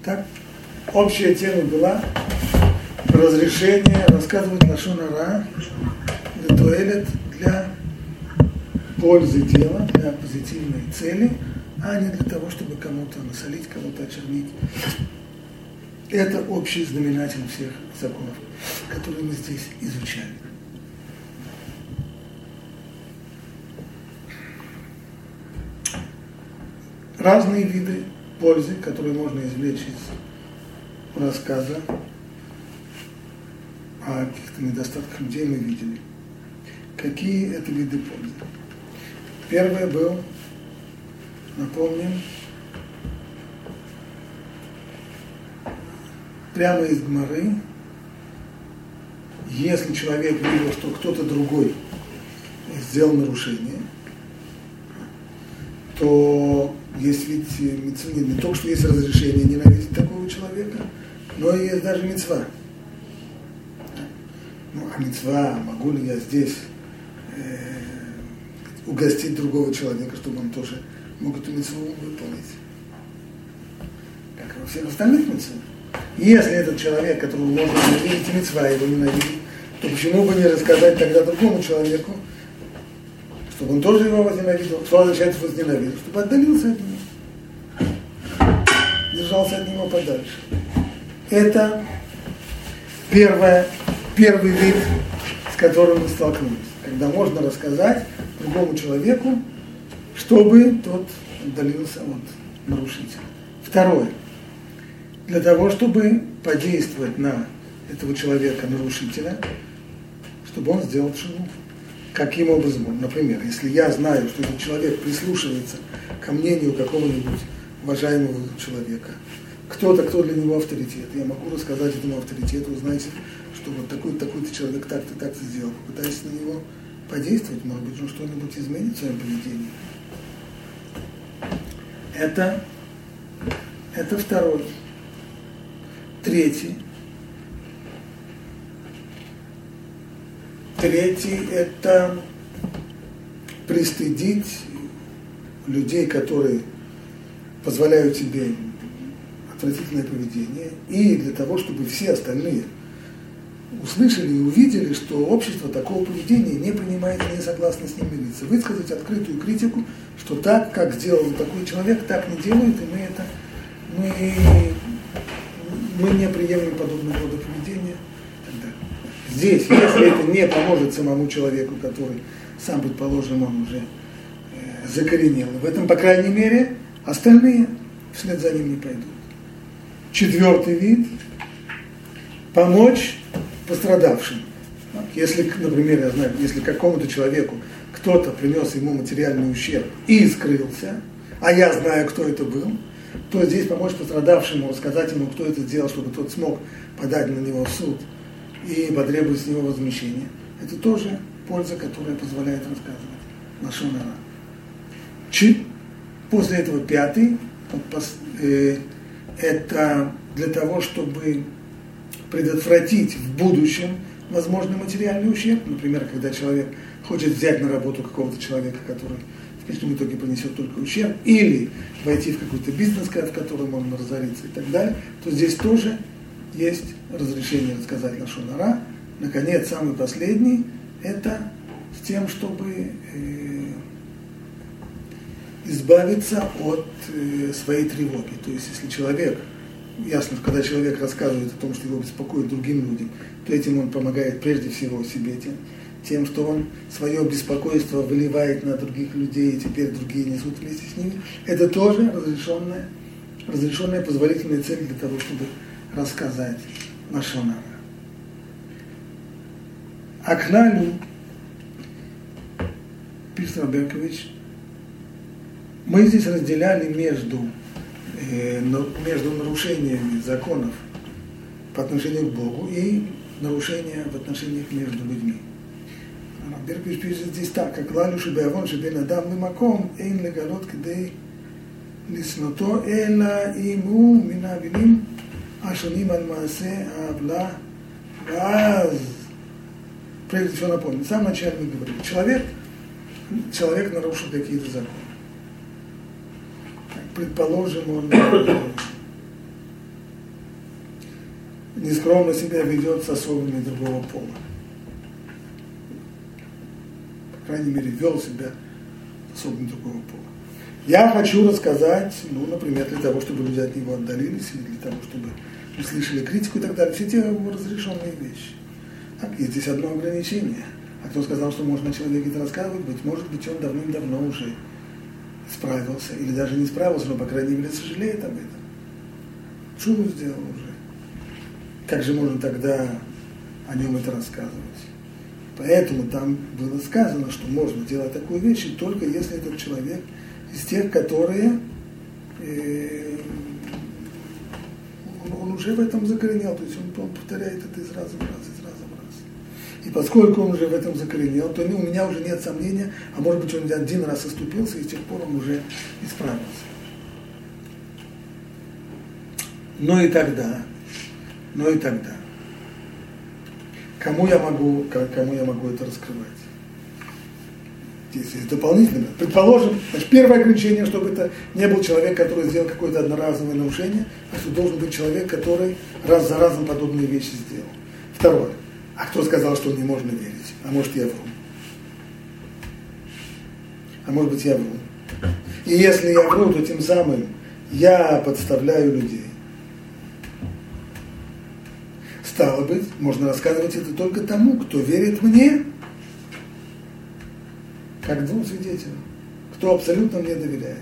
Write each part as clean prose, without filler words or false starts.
Так, общая тема была разрешение рассказывать лашон ара для пользы дела, для позитивной цели, а не для того, чтобы кому-то насолить, кого-то очернить. Это общий знаменатель всех законов, которые мы здесь изучали. Разные виды пользы, которые можно извлечь из рассказа о каких-то недостатках людей, мы видели. Какие это виды пользы? Первый был, напомним, прямо из Гмары, если человек видел, что кто-то другой сделал нарушение, то есть ведь мицва, не только что есть разрешение ненавидеть такого человека, но и есть даже мицва. Ну, а мицва, могу ли я здесь угостить другого человека, чтобы он тоже мог эту мицву выполнить? Как и во всех остальных мицвах. Если этот человек, которого можно ненавидеть, мицва его ненавидит, то почему бы не рассказать тогда другому человеку, чтобы он тоже его возненавидел? Что означает возненавидел? Чтобы отдалился от него, держался от него подальше. Это первый вид, с которым мы столкнулись. Когда можно рассказать другому человеку, чтобы тот отдалился от нарушителя. Второе. Для того, чтобы подействовать на этого человека, нарушителя, чтобы он сделал шуву. Каким образом? Например, если я знаю, что этот человек прислушивается ко мнению какого-нибудь уважаемого человека, кто-то, кто для него авторитет, я могу рассказать этому авторитету, знаете, что вот такой-то человек так-то, так-то сделал, попытаясь на него подействовать, может быть, он что-нибудь изменит в своем поведении. Это второй. Третий – это пристыдить людей, которые позволяют себе отвратительное поведение, и для того, чтобы все остальные услышали и увидели, что общество такого поведения не принимает и не согласно с ним мириться. Высказать открытую критику, что так, как сделал такой человек, так не делают, и мы не приемлем подобного рода поведения. Здесь, если это не поможет самому человеку, который сам, предположим, он уже закоренел, в этом, по крайней мере, остальные вслед за ним не пойдут. Четвертый вид – помочь пострадавшим. Если, например, я знаю, если какому-то человеку кто-то принес ему материальный ущерб и скрылся, а я знаю, кто это был, то здесь помочь пострадавшему, рассказать ему, кто это сделал, чтобы тот смог подать на него в суд и потребовать с него возмещения. Это тоже польза, которая позволяет рассказывать лашон ара. После этого пятый, это для того, чтобы предотвратить в будущем возможный материальный ущерб. Например, когда человек хочет взять на работу какого-то человека, который в конечном итоге принесет только ущерб, или войти в какой-то бизнес, в котором он разорится и так далее, то здесь тоже есть разрешение рассказать лашон ара. Наконец, самый последний, это с тем, чтобы избавиться от своей тревоги. То есть, если человек, ясно, когда человек рассказывает о том, что его беспокоит другим людям, то этим он помогает прежде всего себе, тем, что он свое беспокойство выливает на других людей, и теперь другие несут вместе с ними. Это тоже разрешенная позволительная цель для того, чтобы рассказать лашон ара. Акналю, пишет Рав Беркович, мы здесь разделяли между нарушениями законов по отношению к Богу и нарушения в отношениях между людьми. Рав Беркович пишет здесь так, как лалю шебеавон шебен адам лимаком эйн легалот кедей лисното эла иму минавилим ашоним аль маасе авла ваз. Прежде всего напомню, в самом начале мы говорили, человек нарушил какие-то законы. Предположим, он нескромно себя ведет с особыми другого пола. По крайней мере, вел себя с особыми другого пола. Я хочу рассказать, например, для того, чтобы люди от него отдалились, или для того, чтобы услышали критику и так далее. Все те разрешенные вещи. Так, есть здесь одно ограничение. А кто сказал, что можно о человеке это рассказывать? Может быть, он давным-давно уже справился, или даже не справился, но, по крайней мере, сожалеет об этом. Шубу сделал уже. Как же можно тогда о нем это рассказывать? Поэтому там было сказано, что можно делать такую вещь, только если этот человек из тех, которые он уже в этом закоренел, то есть он повторяет это из раза в раз, из раза в раз. И поскольку он уже в этом закоренел, то у меня уже нет сомнения, а может быть он один раз оступился, и с тех пор он уже исправился. Но и тогда, кому я могу это раскрывать? Здесь есть дополнительное. Предположим, первое ограничение, чтобы это не был человек, который сделал какое-то одноразовое нарушение, а что должен быть человек, который раз за разом подобные вещи сделал. Второе. А кто сказал, что не можно верить? А может, я вру? А может быть, я вру? И если я вру, то тем самым я подставляю людей. Стало быть, можно рассказывать это только тому, кто верит мне, как двум свидетелям, кто абсолютно мне доверяет.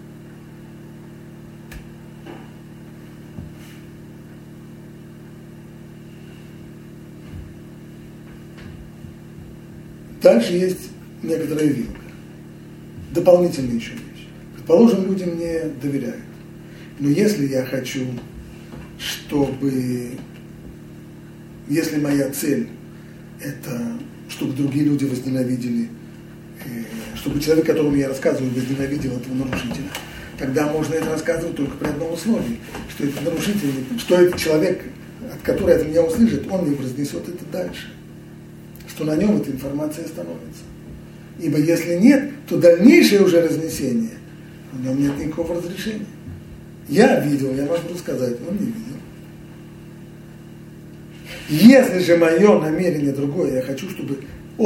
Дальше есть некоторая вилка. Дополнительная еще вещь. Предположим, люди мне доверяют. Но если я хочу, если моя цель это, чтобы другие люди возненавидели, чтобы человек, которому я рассказываю, возненавидел этого нарушителя, тогда можно это рассказывать только при одном условии, что этот нарушитель, что этот человек, который от меня услышит, он не разнесет это дальше, что на нем эта информация остановится. Ибо если нет, то дальнейшее уже разнесение, в нем нет никакого разрешения. Я видел, я могу рассказать, он не видел. Если же мое намерение другое, я хочу, чтобы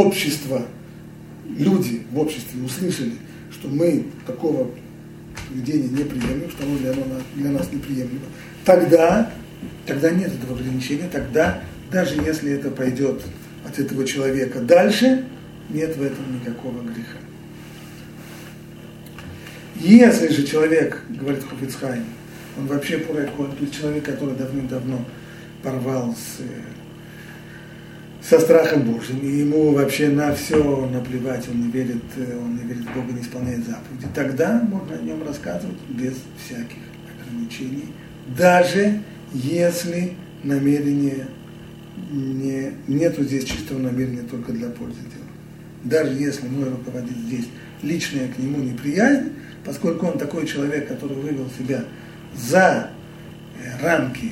люди в обществе услышали, что мы такого поведения не приемлем, что оно для нас неприемлемо, тогда нет этого ограничения, тогда даже если это пойдет от этого человека дальше, нет в этом никакого греха. Если же человек, говорит Хафец Хаим, он вообще пурей коль, то есть человек, который давным-давно порвал со страхом Божьим, и ему вообще на все наплевать, он не верит в Бога, не исполняет заповеди, тогда можно о нем рассказывать без всяких ограничений, даже если намерение нету здесь чистого намерения только для пользы дела. Даже если мой руководитель здесь личная к нему неприязнь, поскольку он такой человек, который вывел себя за рамки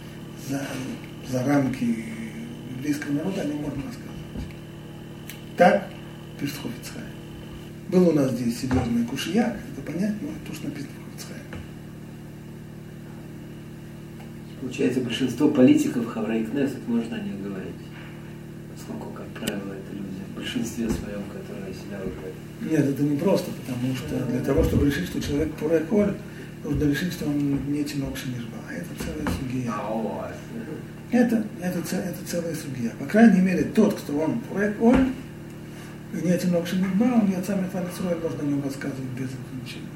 еврейского народа, о нем можно рассказывать. Так пишет Хафец Хаим. Был у нас здесь серьезный кушия, это понять, но это то, что написано в Хафец Хаим. Получается, большинство политиков Хаврей Кнессет можно не говорить, поскольку, как правило, это люди в большинстве своем, которые себя выговорят. Нет, это не просто, потому что для того, чтобы решить, что человек пурей коль, нужно решить, что он не тинок шенишба, а это целая сугия. Это целая сугия. По крайней мере, тот, кто он пурей коль, и не тинок шенишба, он не отцами Фалицрой, можно о нем рассказывать без ограничений.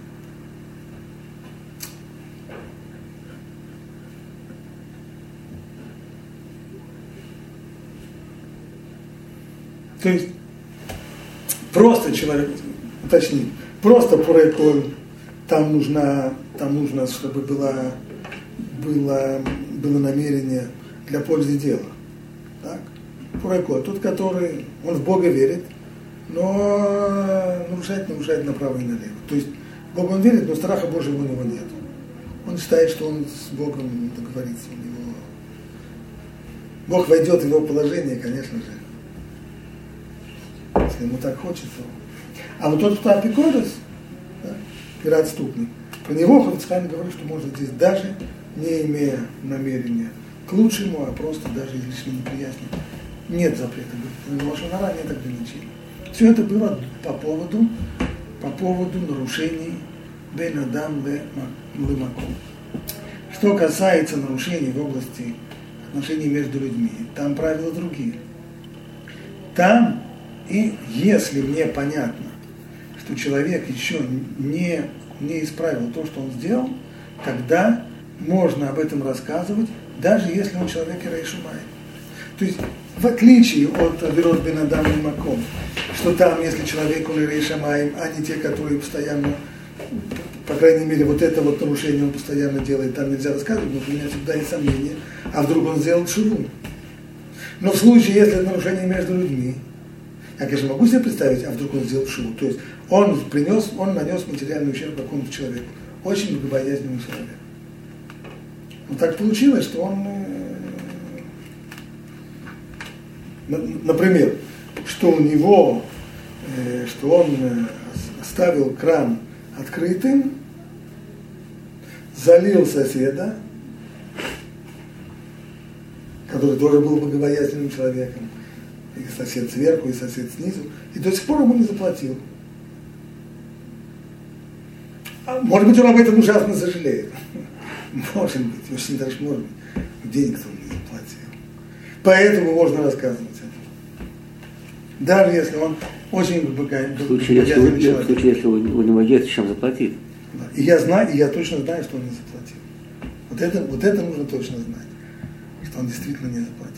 То есть просто человек, точнее, просто пурей коль, там нужно, чтобы было намерение для пользы дела. Так? Пурей коль, тот, который, он в Бога верит, но нарушает направо и налево. То есть в Бога он верит, но страха Божьего у него нет. Он считает, что он с Богом договорится. Бог войдет в его положение, конечно же, если ему так хочется. А вот тот, кто апикорос, да, пиратступник, про него Хафец Хаим говорит, что можно здесь даже не имея намерения к лучшему, а просто даже из личной неприязни. Нет запрета говорить лошон ара, нет ограничений. Все это было по поводу нарушений бен адам лемаком. Что касается нарушений в области отношений между людьми, там правила другие. Там, и если мне понятно, что человек еще не исправил то, что он сделал, тогда можно об этом рассказывать, даже если он человек Ирей Шумай. То есть, в отличие от Аверот бен адам лемаком, что там, если человек он Ирей Шумай, а не те, которые постоянно, по крайней мере, вот это вот нарушение он постоянно делает, там нельзя рассказывать, но у меня всегда есть сомнения, а вдруг он сделал шуву. Но в случае, если это нарушение между людьми, я, конечно, могу себе представить, а вдруг он сделал шуву. То есть он нанес материальный ущерб какому-то человеку. Очень богобоязненный человек. Но так получилось, что он, например, что у него, что он оставил кран открытым, залил соседа, который тоже был богобоязненным человеком, и сосед сверху, и сосед снизу, и до сих пор ему не заплатил. Может быть, он об этом ужасно сожалеет. Может быть, очень даже может быть. Денег-то он не заплатил. Поэтому можно рассказывать это. Даже если он очень богобоязненный человек. В случае, если у него есть чем заплатить. Да. И я точно знаю, что он не заплатил. Вот это нужно точно знать, что он действительно не заплатил.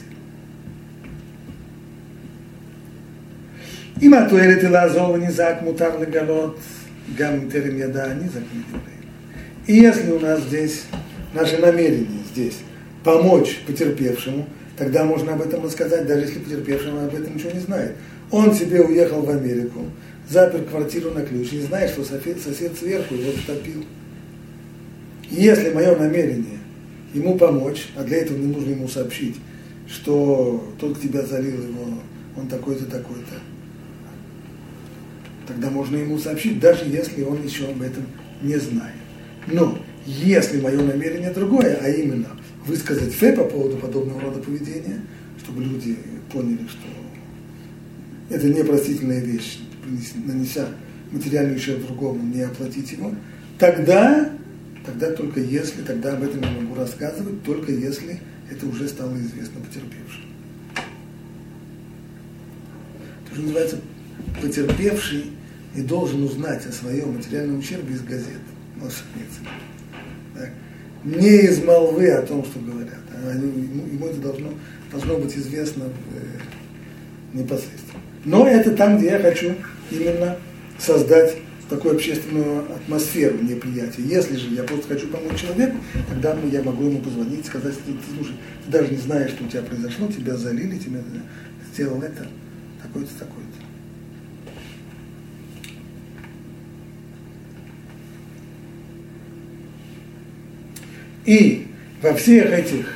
אם התועלת לעזור לנזק מותר לגלות גם טרם ידע הנזק מדברי. И если у нас здесь, наше намерение здесь, помочь потерпевшему, тогда можно об этом рассказать, даже если потерпевший об этом ничего не знает. Он себе уехал в Америку, запер квартиру на ключ, не знает, что сосед сверху его затопил. И если мое намерение ему помочь, а для этого не нужно ему сообщить, что тот, кто тебя залил его, он такой-то, такой-то, тогда можно ему сообщить, даже если он еще об этом не знает. Но если мое намерение другое, а именно высказать фе по поводу подобного рода поведения, чтобы люди поняли, что это непростительная вещь, нанеся материальный ущерб другому, не оплатить его, тогда только если, тогда об этом я могу рассказывать, только если это уже стало известно потерпевшим. То, что называется, потерпевший и должен узнать о своем материальном ущербе из газет. Не из молвы о том, что говорят. Ему это должно быть известно непосредственно. Но это там, где я хочу именно создать такую общественную атмосферу неприятия. Если же я просто хочу помочь человеку, тогда я могу ему позвонить, сказать, слушай, ты даже не знаешь, что у тебя произошло, тебя залили, тебя сделал это, такой-то, такой-то. И во всех этих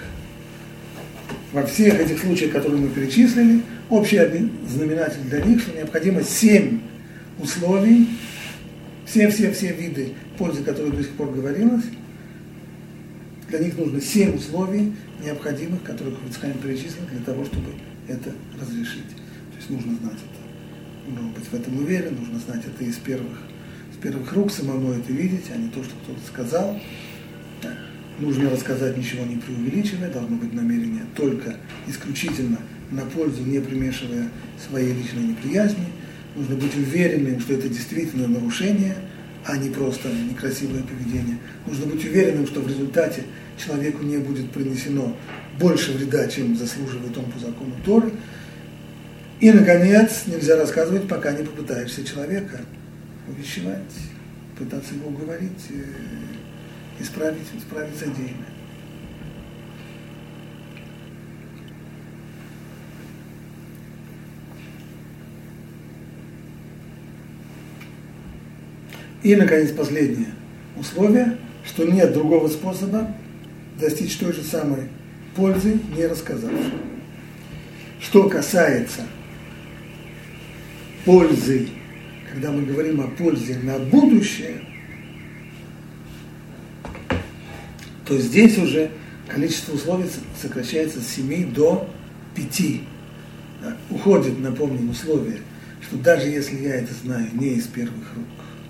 случаях, которые мы перечислили, общий знаменатель для них, что необходимо 7 условий, все виды пользы, которые до сих пор говорилось, для них нужно 7 условий необходимых, которых Ицхайм перечислил, для того, чтобы это разрешить. То есть нужно знать это, нужно быть в этом уверен, нужно знать это из первых рук, самому это видеть, а не то, что кто-то сказал. Нужно рассказать, ничего не преувеличивая, должно быть намерение только исключительно на пользу, не примешивая своей личной неприязни. Нужно быть уверенным, что это действительно нарушение, а не просто некрасивое поведение. Нужно быть уверенным, что в результате человеку не будет принесено больше вреда, чем заслуживает он по закону Торы. И, наконец, нельзя рассказывать, пока не попытаешься человека увещевать, пытаться его уговорить, исправить содеянное. И, наконец, последнее условие, что нет другого способа достичь той же самой пользы, не рассказавши. Что касается пользы, когда мы говорим о пользе на будущее, то здесь уже количество условий сокращается с 7 до 5. Да? Уходит, напомним, условие, что даже если я это знаю не из первых рук,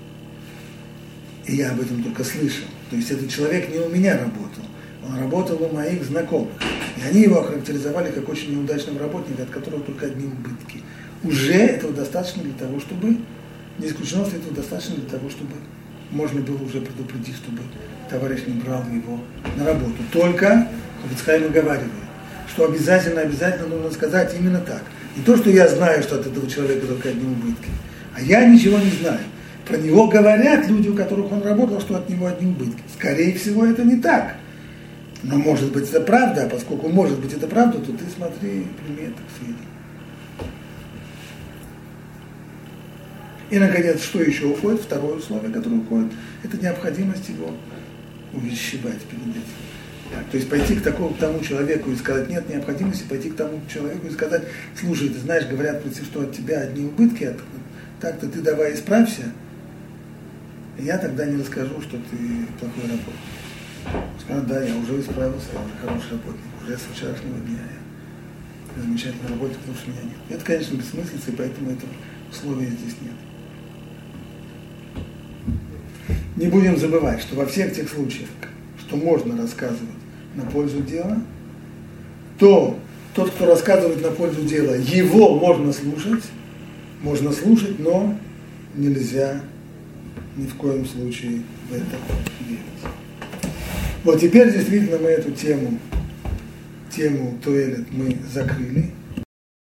и я об этом только слышал, то есть этот человек не у меня работал, он работал у моих знакомых, и они его охарактеризовали как очень неудачного работника, от которого только одни убытки. Уже этого достаточно для того, чтобы, не исключено, что этого достаточно для того, чтобы можно было уже предупредить, чтобы товарищ не брал его на работу. Только, Хафец Хаим оговаривает, что обязательно нужно сказать именно так. Не то, что я знаю, что от этого человека только одни убытки, а я ничего не знаю. Про него говорят люди, у которых он работал, что от него одни убытки. Скорее всего, это не так. Но может быть это правда, а поскольку может быть это правда, то ты смотри, прими это к сведению. И, наконец, что еще уходит? Второе условие, которое уходит, это необходимость его увещевать перед этим. Так, то есть пойти к тому человеку и сказать, нет необходимости пойти к тому человеку и сказать, слушай, ты знаешь, говорят, что от тебя одни убытки, так-то ты давай исправься, и я тогда не расскажу, что ты плохой работник. Скажут, да, я уже исправился, я уже хороший работник, уже с вчерашнего дня я замечательный работник, потому что меня нет. Это, конечно, бессмыслица, и поэтому этого условия здесь нет. Не будем забывать, что во всех тех случаях, что можно рассказывать на пользу дела, то тот, кто рассказывает на пользу дела, его можно слушать, но нельзя ни в коем случае в это верить. Вот теперь действительно мы эту тему Тоэлет мы закрыли.